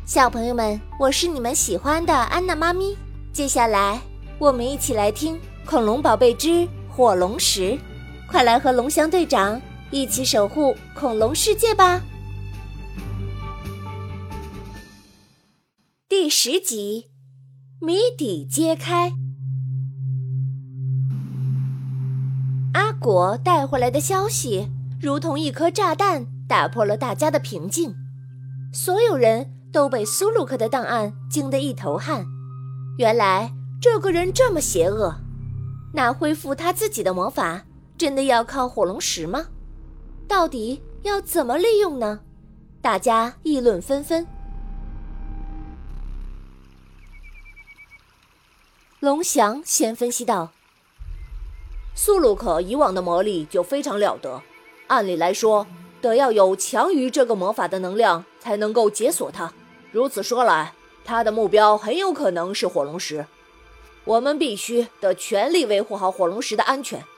小朋友们，我是你们喜欢的安娜妈咪。接下来我们一起来听《恐龙宝贝之火龙石》，快来和龙翔队长一起守护恐龙世界吧。第10集，谜底揭开。阿果带回来的消息如同一颗炸弹，打破了大家的平静。所有人都被苏鲁克的档案惊得一头汗。原来这个人这么邪恶，那恢复他自己的魔法真的要靠火龙石吗？到底要怎么利用呢？大家议论纷纷。龙翔先分析道， 苏鲁克以往的魔力就非常了得，按理来说得要有强于这个魔法的能量才能够解锁它。如此说来，他的目标很有可能是火龙石。我们必须得全力维护好火龙石的安全。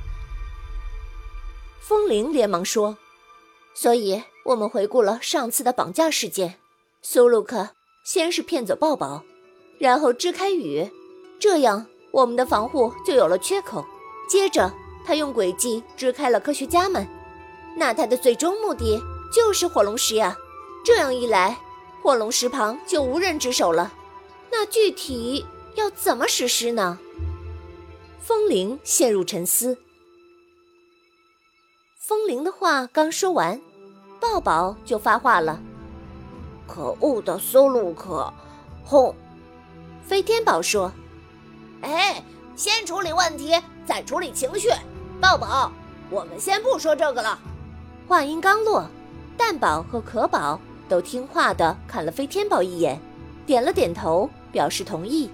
风铃连忙说，所以我们回顾了上次的绑架事件。苏鲁克先是骗走抱抱，然后支开雨，这样我们的防护就有了缺口。接着他用诡计支开了科学家们，那他的最终目的就是火龙石呀。这样一来，火龙石旁就无人值守了。那具体要怎么实施呢？风铃陷入沉思。风铃的话刚说完，抱抱就发话了。 可恶的苏鲁克！轰！ 飞天宝说， 先处理问题，再处理情绪。抱抱，我们先不说这个了。 话音刚落，蛋宝和可宝都听话地看了飞天宝一眼，点了点头，表示同意。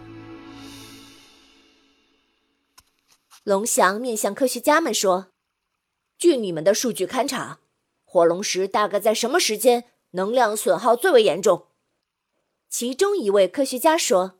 龙翔面向科学家们说， 据你们的数据勘察，火龙石大概在什么时间能量损耗最为严重？ 其中一位科学家说，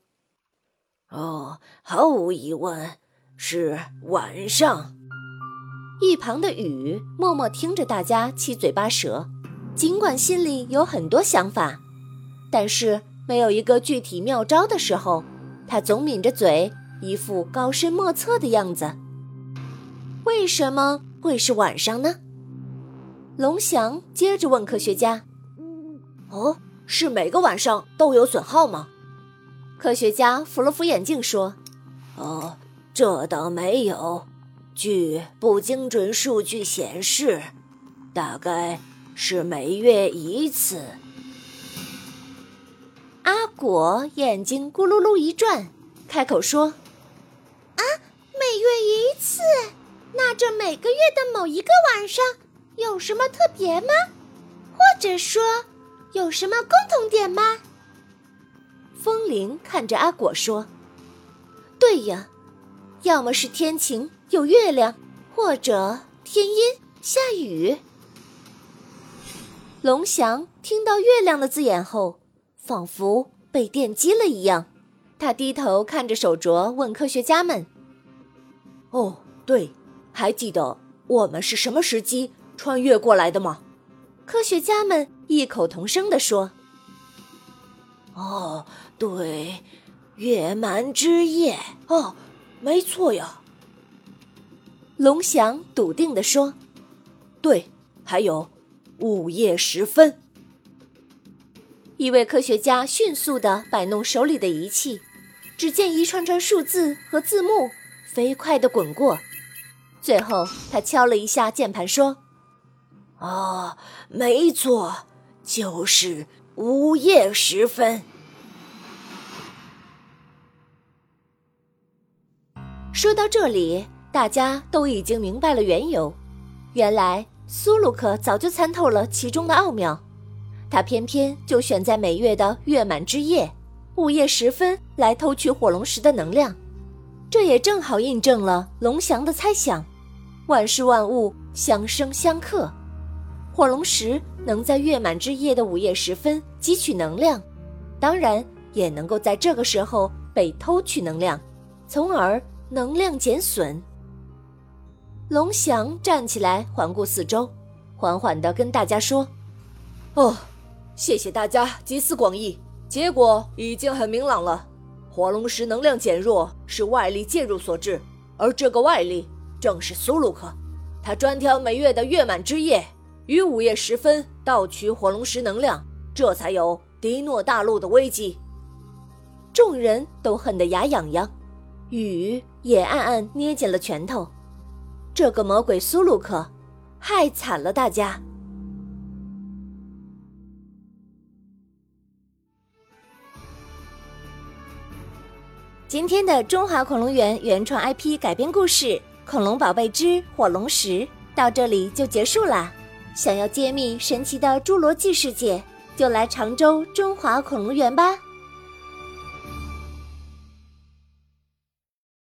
毫无疑问是晚上。 一旁的雨默默听着大家七嘴八舌，尽管心里有很多想法，但是没有一个具体妙招的时候，他总抿着嘴，一副高深莫测的样子。为什么会是晚上呢？龙翔接着问科学家， 是每个晚上都有损耗吗？ 科学家扶了扶眼镜说， 这倒没有，据不精准数据显示，大概是每月一次。 阿果眼睛咕噜噜一转，开口说，每月一次，那这每个月的某一个晚上有什么特别吗？或者说有什么共同点吗？风铃看着阿果说，对呀，要么是天晴有月亮，或者天阴下雨。龙翔听到月亮的字眼后，仿佛被电击了一样，他低头看着手镯，问科学家们， 对，还记得我们是什么时机穿越过来的吗？ 科学家们异口同声地说， 对，月满之夜。 没错呀。 龙翔笃定地说， 对，还有午夜时分。 一位科学家迅速地摆弄手里的仪器，只见一串串数字和字幕飞快地滚过，最后他敲了一下键盘说， 没错，就是午夜时分。 说到这里，大家都已经明白了缘由。原来苏鲁克早就参透了其中的奥妙，他偏偏就选在每月的月满之夜，午夜时分来偷取火龙石的能量。这也正好印证了龙翔的猜想，万事万物相生相克，火龙石能在月满之夜的午夜时分汲取能量，当然也能够在这个时候被偷取能量，从而能量减损。龙翔站起来环顾四周，缓缓地跟大家说， 谢谢大家集思广益， 结果已经很明朗了，火龙石能量减弱是外力介入所致，而这个外力正是苏鲁克。他专挑每月的月满之夜，于午夜时分盗取火龙石能量，这才有迪诺大陆的危机。 众人都恨得牙痒痒，雨也暗暗捏紧了拳头。这个魔鬼苏鲁克害惨了大家。今天的中华恐龙园原创 IP 改编故事《恐龙宝贝之火龙石》到这里就结束啦。想要揭秘神奇的侏罗纪世界，就来常州中华恐龙园吧。